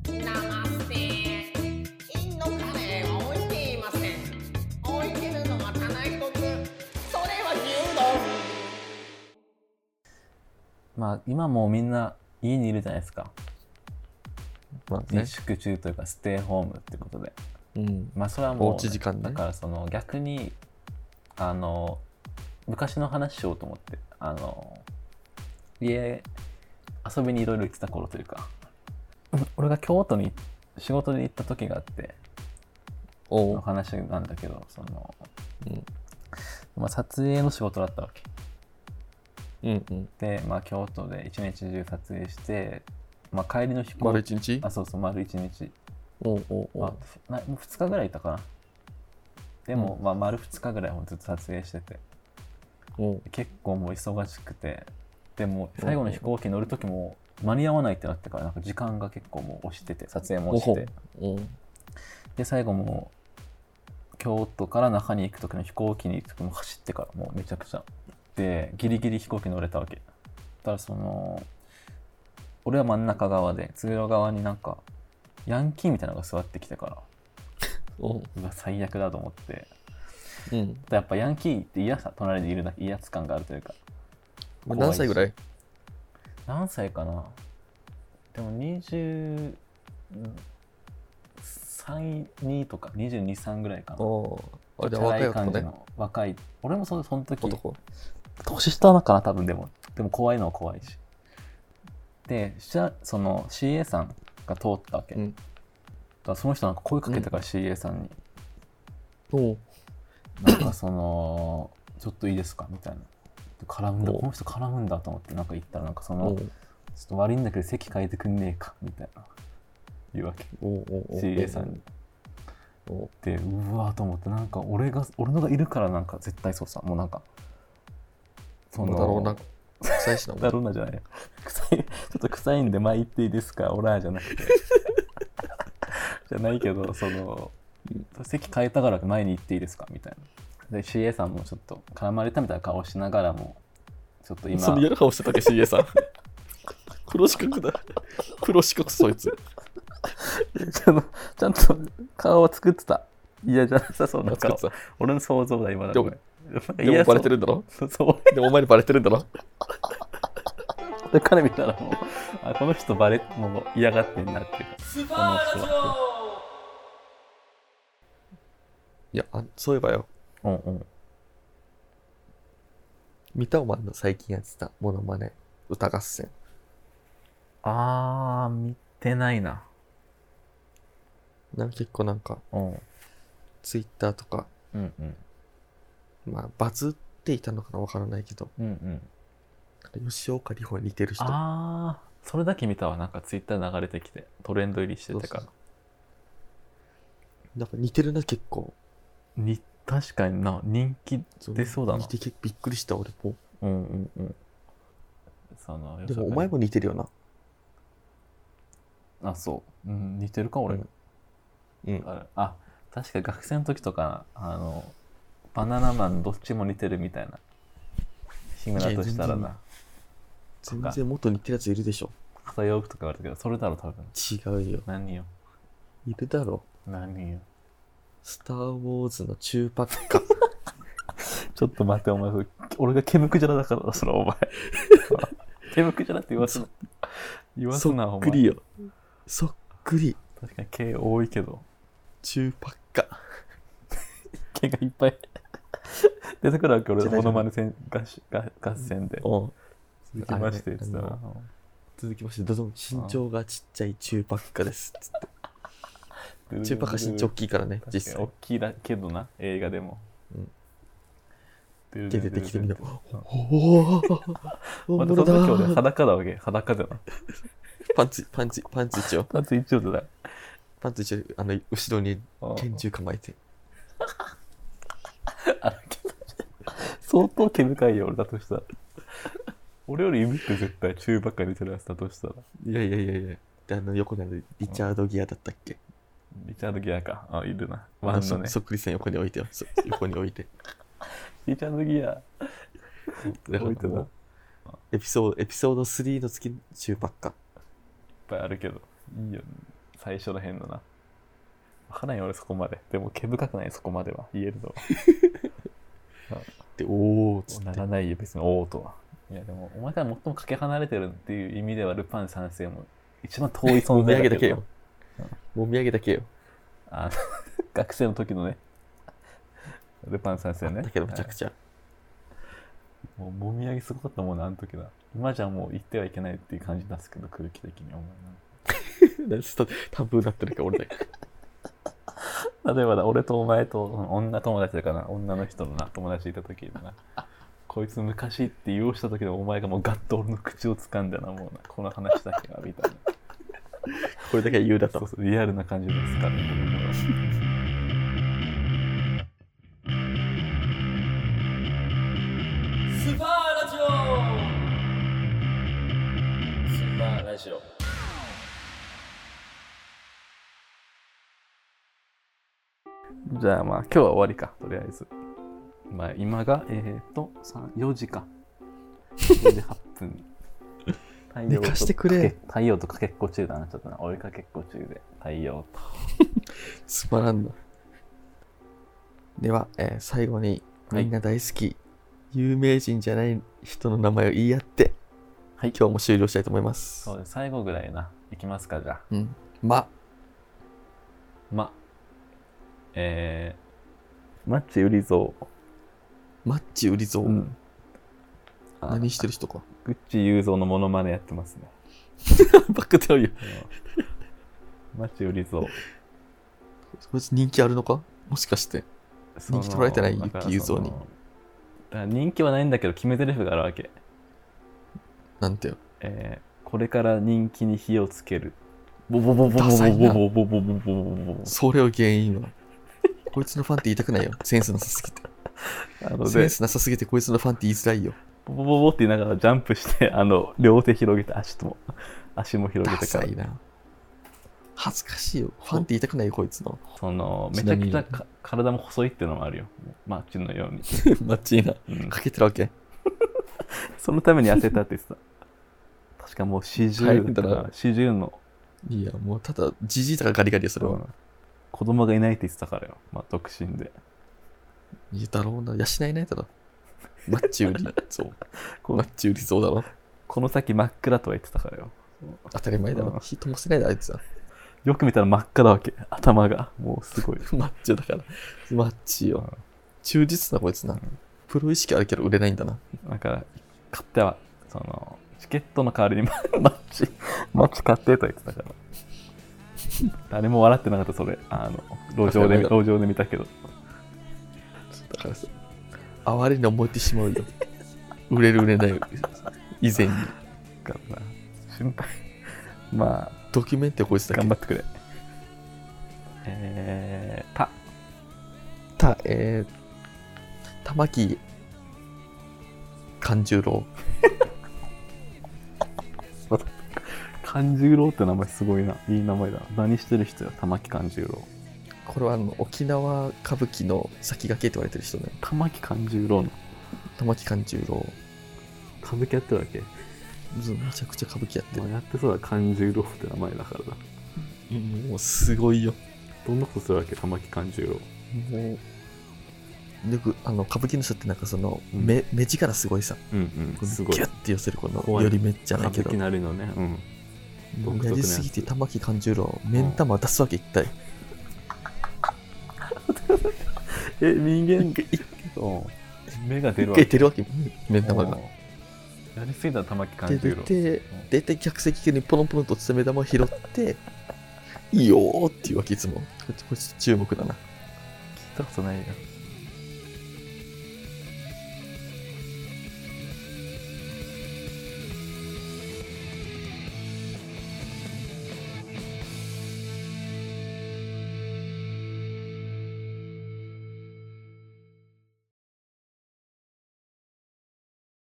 ナマステ。インドカレーは置いていません。置いてるのは棚一つ。それは牛丼。 まあ今もうみんな家にいるじゃないですか。 まあね自粛中というかステイホームってことで。 うんまあそれはもう、 おうち時間ねだからその逆に昔の話しようと思って家遊びにいろいろ行ってた頃というか俺が京都に仕事で行った時があってのおう話なんだけどうんまあ、撮影の仕事だったわけうんうんで、まあ、京都で一日中撮影して、まあ、帰りの飛行丸一日そう丸一日おうおうおうもう2日ぐらいいたかなでも、まあ、丸2日ぐらいずっと撮影してておう結構もう忙しくてでも最後の飛行機乗る時も間に合わないってなってからなんか時間が結構もう押してて撮影も押しておうで最後もう京都から那覇に行く時の飛行機に行く時も走ってからもうめちゃくちゃでギリギリ飛行機乗れたわけだから俺は真ん中側で通路側になんかヤンキーみたいなのが座ってきてからおううわ最悪だと思ってうんやっぱヤンキーって嫌さ隣でいるだけ威圧感があるというか何歳ぐらい何歳かなでも23、2とか22、3ぐらいかなおうあ、じゃあ若い男ね若い俺もその時男年下なのかな多分でも怖いのは怖いしでその CA さんが通ったわけ、 うんだからその人なんか声かけてから CA さんに、 おうなんかちょっといいですかみたいな絡むんだこの人絡むんだと思ってなんか言ったらなんかちょおうっと悪いんだけど席変えてくんねえかみたいな言うわけおうおうおう CA さんにおうでうわーと思ってなんか俺のがいるからなんか絶対そうさもうなんかだろうな臭いしなだろうなじゃないよちょっと臭いんで前行っていいですかオラーじゃなくてじゃないけど席変えたから前に行っていいですかみたいなで CA さんもちょっと絡まれたみたいな顔しながらもちょっと今その嫌な顔してたっけ CA さん黒四角だ黒四角そいつちゃんと顔は作ってた嫌じゃなさそうな顔作ってた俺の想像だ今だでもバレてるんだろそうでもお前にバレてるんだろで彼見たらもうこの人もう嫌がってんなっていうかスパーラジいやそういえばようんうん見たお前の最近やってたモノマネ歌合戦見てないな結構なんかうんツイッターとかうんうんまあバズっていたのかなわからないけどうんうん吉岡里帆に似てる人それだけ見たわなんかツイッター流れてきてトレンド入りしててからなんか似てるな結構確かにな人気出そうだな似て結構びっくりした俺もうんうんうんでもお前も似てるよなそう、似てるか俺、 うん確かに学生の時とかバナナマンどっちも似てるみたいな日村としたらな全然もっと似てるやついるでしょ片洋服とか言われたけどそれだろ多分違うよ何よいるだろ何よスター・ウォーズのチューパッカちょっと待ってお前俺がケムクジャラだからそれお前ケムクジャラって言わすなそっくりよそっくり確かに毛多いけどチューパッカ毛がいっぱい出てくるわけ俺のモノマネ合戦でお続きまして言ってたら続きましてどうぞ身長がちっちゃいチューパッカですつってチューパッカ身長大きいからね実際大きいだけどな映画でも出てきてみろおおまたその時俺裸だわけ裸じゃなパンツ一応パンツ一応だパンツ一応後ろに拳銃構えて相当毛深いよ俺だとしたら俺より指って絶対中ばっかり出てるやつだとしたらいやで横にあるリチャード・ギアだったっけリチャード・ギアかいるなワンのねそっくりさん横に置いてよ横に置いてリチャード・ギア置いてたエピソード3の月チューパッカいっぱいあるけどいいよね最初の辺のな。わからんよ俺そこまで。でも毛深くないそこまでは言えるのは。 で、おーっつって。 ならないよ別におーとは。いやでもお前から最もかけ離れてるっていう意味ではルパン三世も一番遠い存もみあ在だけど。 げだけよ。もみあげだけよ。 学生の時のね。ルパン三世ね。 だけどめちゃくちゃ。 もうもみあげすごかったもんなあの時だ。今じゃもう言ってはいけないっていう感じですけど空気的に思うな。 タブーになってるから俺だけ。 例えばだ俺とお前と女友達だからな女の人のな友達いた時になこいつ昔って言おうした時のお前がもうガッと俺の口を掴んでなもうなこの話だけはみたいなこれだけは言うだと。 そうそうリアルな感じですからスーパーラジオスーパーラジオじゃあまあ今日は終わりかとりあえずまあ今が4時か4時8分寝かしてくれ。 太陽とかけっこ中だなちょっとな追いかけっこ中で太陽とつまらんの。では、最後にみんな大好き、有名人じゃない人の名前を言い合って、 はい今日も終了したいと思います。 そうです最後ぐらいないきますかじゃあうん。 マッチ売り蔵マッチ売り蔵、 うん何してる人か。 グッチ雄三のモノマネやってますねバックであるよ。 マッチ売り蔵こいつ人気あるのかもしかして。人気取られてないユッキー雄三に。 だから人気はないんだけど決め台詞があるわけ。 なんてよ。 これから人気に火をつける。ボボボボボボボボボボボボボボ。 それを原因は。こいつのファンって言いたくないよ。センスなさすぎて。センスなさすぎてこいつのファンって言いづらいよ。 ボボボボって言いながらジャンプして両手広げて足も広げてから。 ダサいな。恥ずかしいよ。ファンって言いたくないよこいつの。 めちゃくちゃ体も細いっていうのもあるよ。マッチのように。 マッチいいな。かけてるわけ。 そのために痩せたって言ってた。確かもう40の。 いや、もうただ、じじいとかガリガリよ、それは。 子供がいないって言ってたからよ。まあ、独身で。 いや、だろうな。養えないだろ。マッチ売り、そう。マッチ売りそうだろ。 この先真っ暗とは言ってたからよ。 当たり前だろ。火灯せないだ、あいつは。 よく見たら真っ赤だわけ。頭が。もうすごい。 マッチだから。マッチよ。忠実なこいつな。プロ意識あるけど売れないんだな。 だから、買っては、チケットの代わりにマッチ買ってと言ってたから。誰も笑ってなかった、それ。路上で見たけど。 だからさ、哀れに思ってしまうよ。売れる売れない以前に。 心配。まあ、 ドキュメントこいつだけ。 頑張ってくれ。 玉木勘十郎。 勘十郎って名前すごいな。いい名前だ。何してる人よ、玉木勘十郎。 これは沖縄歌舞伎の先駆けって言われてる人ね。 玉木勘十郎の。 玉木勘十郎。 歌舞伎やってるわけ？ めちゃくちゃ歌舞伎やってる。 やってそうだ、勘十郎って名前だからだ。 もうすごいよ。 どんなことするわけ、玉木勘十郎。 もうよく歌舞伎の人ってなんか目力すごいさ、すごいギュッて寄せるこのよりめっちゃないけど歌舞伎なりのね、 やりすぎて玉木勘十郎目ん玉出すわけ一体。 人間目が出るわけ。一回出るわけ目ん玉が。 やりすぎた玉木勘十郎。 出て客席にポロンポロンとつ目玉を拾っていいよーっていうわけいつも。これ注目だな。 聞いたことないよ。